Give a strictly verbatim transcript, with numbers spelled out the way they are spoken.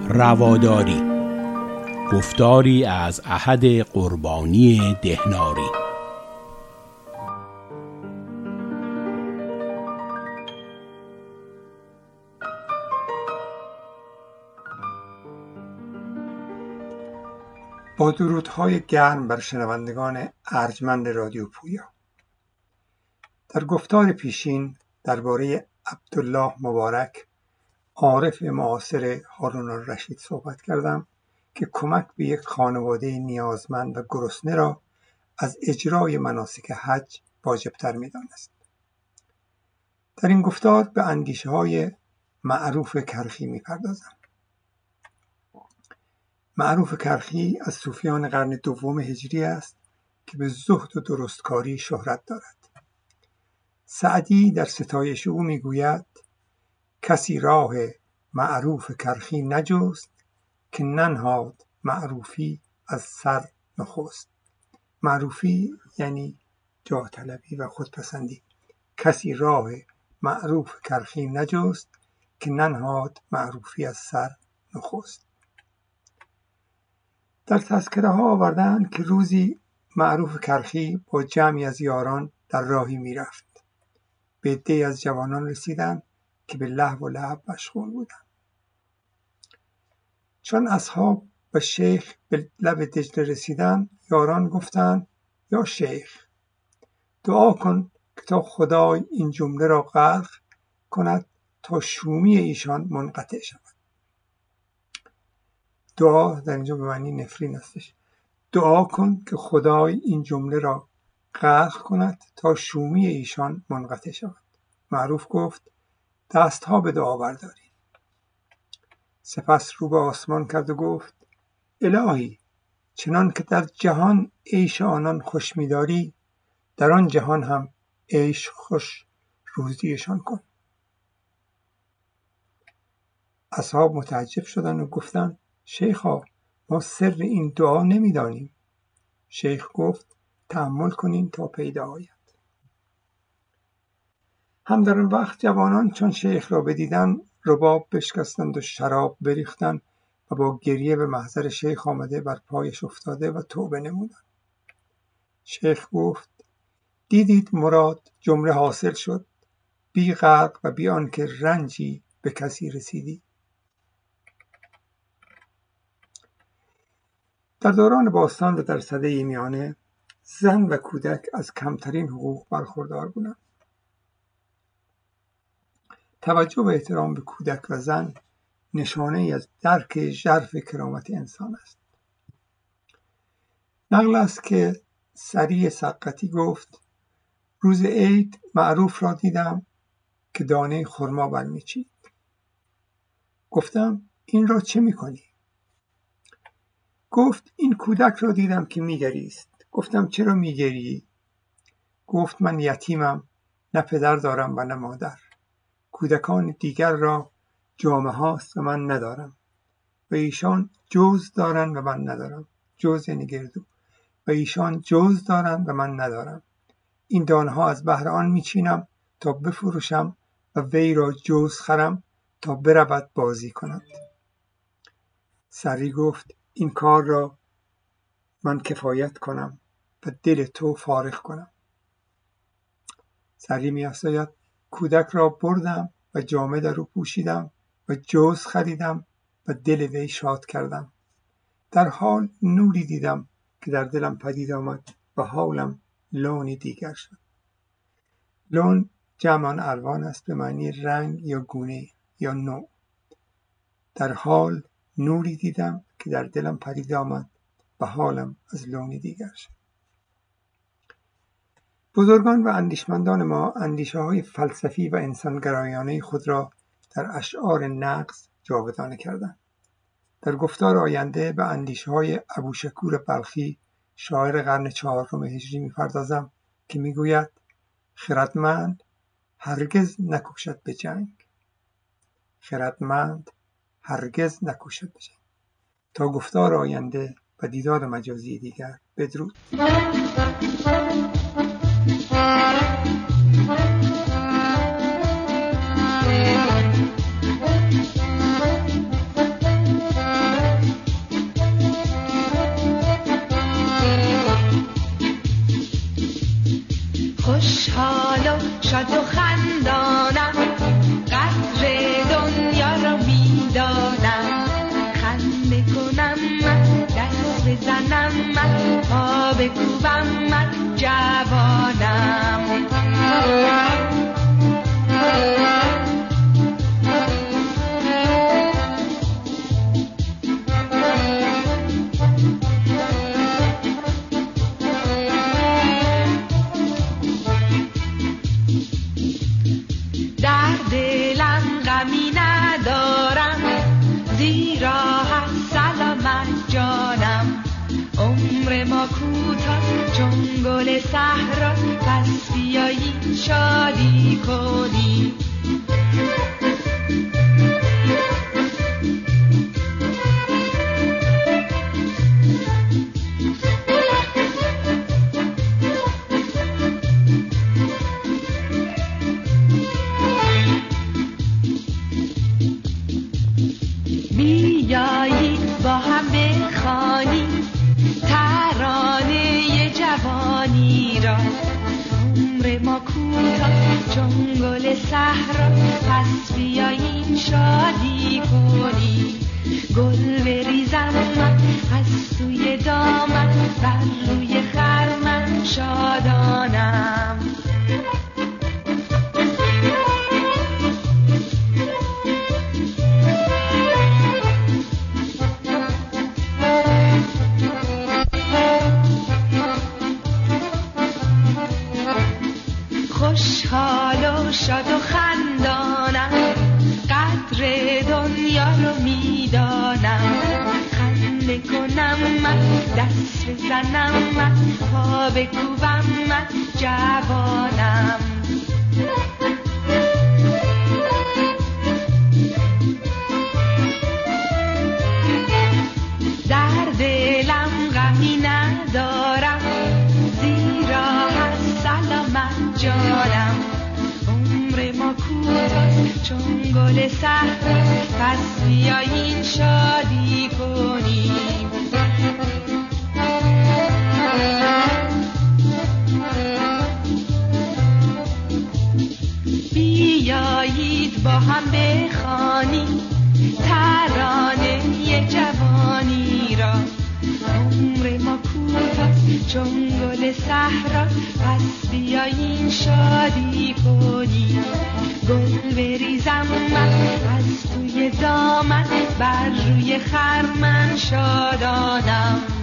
رواداری، گفتاری از احد قربانی دهناری. با درودهای گرم بر شنوندگان ارجمند رادیو پویا. در گفتار پیشین درباره عبدالله مبارک، عارف معاصر هارون الرشید صحبت کردم که کمک به یک خانواده نیازمند و گرسنه را از اجرای مناسک حج واجب‌تر می‌دانست. در این گفتار به اندیشه‌های معروف کرخی می‌پردازم. معروف کرخی از صوفیان قرن دوم هجری است که به زهد و درستکاری شهرت دارد. سعدی در ستایش او میگوید: کسی راه معروف کرخی نجست، که ننهاد معروفی از سر نخست. معروفی یعنی جاه طلبی و خودپسندی. کسی راه معروف کرخی نجست، که ننهاد معروفی از سر نخست. در تذکره ها آوردند که روزی معروف کرخی با جمعی از یاران در راهی می رفت. به عده‌ای از جوانان رسیدند که به لهو و لعب مشغول بودند. چون اصحاب و شیخ به لب دجله رسیدند، یاران گفتند: یا شیخ، دعا کن که تا خدای این جمله را غرق کند تا شومی ایشان منقطع شود. دعا در اینجا به معنی نفرین استش. دعا کن که خدای این جمله را غرق کند تا شومی ایشان منقطع شود. معروف گفت: دستها به دعا برداری. سپس رو به آسمان کرد و گفت: الهی، چنان که در جهان عیش آنان خوش می‌داری، در آن جهان هم عیش خوش روزیشان کن. اصحاب متعجب شدند و گفتند: شیخا، ما سر این دعا نمی‌دانیم. شیخ گفت: تأمل کنین تا پیدا آید. هم در آن وقت جوانان چون شیخ را بدیدند، رباب بشکستند و شراب بریختند و با گریه به محضر شیخ آمده بر پایش افتاده و توبه نمودند. شیخ گفت: دیدید مراد جمله حاصل شد، بی غرق و بی آنکه رنجی به کسی رسیدی. در دوران باستان و در سده میانه، زن و کودک از کمترین حقوق برخوردار بودند. توجه و احترام به کودک و زن نشانه ای از درک ژرف کرامت انسان است. نقل است که سری سقطی گفت: روز عید معروف را دیدم که دانه خرما برمیچید. گفتم: این را چه میکنی؟ گفت: این کودک را دیدم که میگریست. گفتم: چرا میگری؟ گفت: من یتیمم، نه پدر دارم و نه مادر. کودکان دیگر را جامه هاست و من ندارم و ایشان جوز دارند و من ندارم. جوز یعنی گردو. و ایشان جوز دارند و من ندارم. این دانه ها از بهر آن میچینم تا بفروشم و وی را جوز خرم تا برود بازی کند. سری گفت: این کار را من کفایت کنم و دل تو فارغ کنم. سری می افزاید: کودک را بردم و جامه در او پوشیدم و جوز خریدم و دل وی شاد کردم. در حال نوری دیدم که در دلم پدید آمد و حالم لونی دیگر شد. لون جمع آن الوان است به معنی رنگ یا گونه یا نوع. در حال نوری دیدم که در دلم پدید آمد و حالم از لونی دیگر شد. بزرگان و اندیشمندان ما اندیشه های فلسفی و انسانگرایانه خود را در اشعار نغز جاودانه کردند. در گفتار آینده به اندیشه های ابوشکور بلخی، شاعر قرن چهارم هجری می‌پردازم که میگوید: خردمند هرگز نکوشد به جنگ. خردمند هرگز نکوشد به جنگ. تا گفتار آینده و دیدار مجازی دیگر، بدرود. خوشحال و شاد و خندانم، قدر دنیا را میدانم. خنده کنم من، دست بزنم من، پا بکوبم من، جوانم. در دلم غمی ندارم، زیرا هست سلامت جانم. عمر ما کوتاه چون گل صحرا، پس بیایید شادی کنیم. بیایید با هم بخوانیم ترانه جوانی را. عمر ما کوتاه چون گل صحرا، پس بیاییم شادی کنیم. گل بریزم من از سوی دامن، بر روی خرمن شادانم. خوشحال و شاد و خندانم، قدر دنیا رو میدانم. خنده کنم من، دست بزنم من، پا بکوبم من، جوانم. در دلم غمی ندارم، زیرا هست سلامت جانم. عمر ما کوتاه چون گل صحرا، پس بیایید شادی کنیم. بیایید با هم بخوانیم ترانه جوانی را. عمر ما کوتاه چون گل صحرا، پس بیایید شادی کنیم. گل بریزم من از توی دامن، بر روی خرمن شادانم.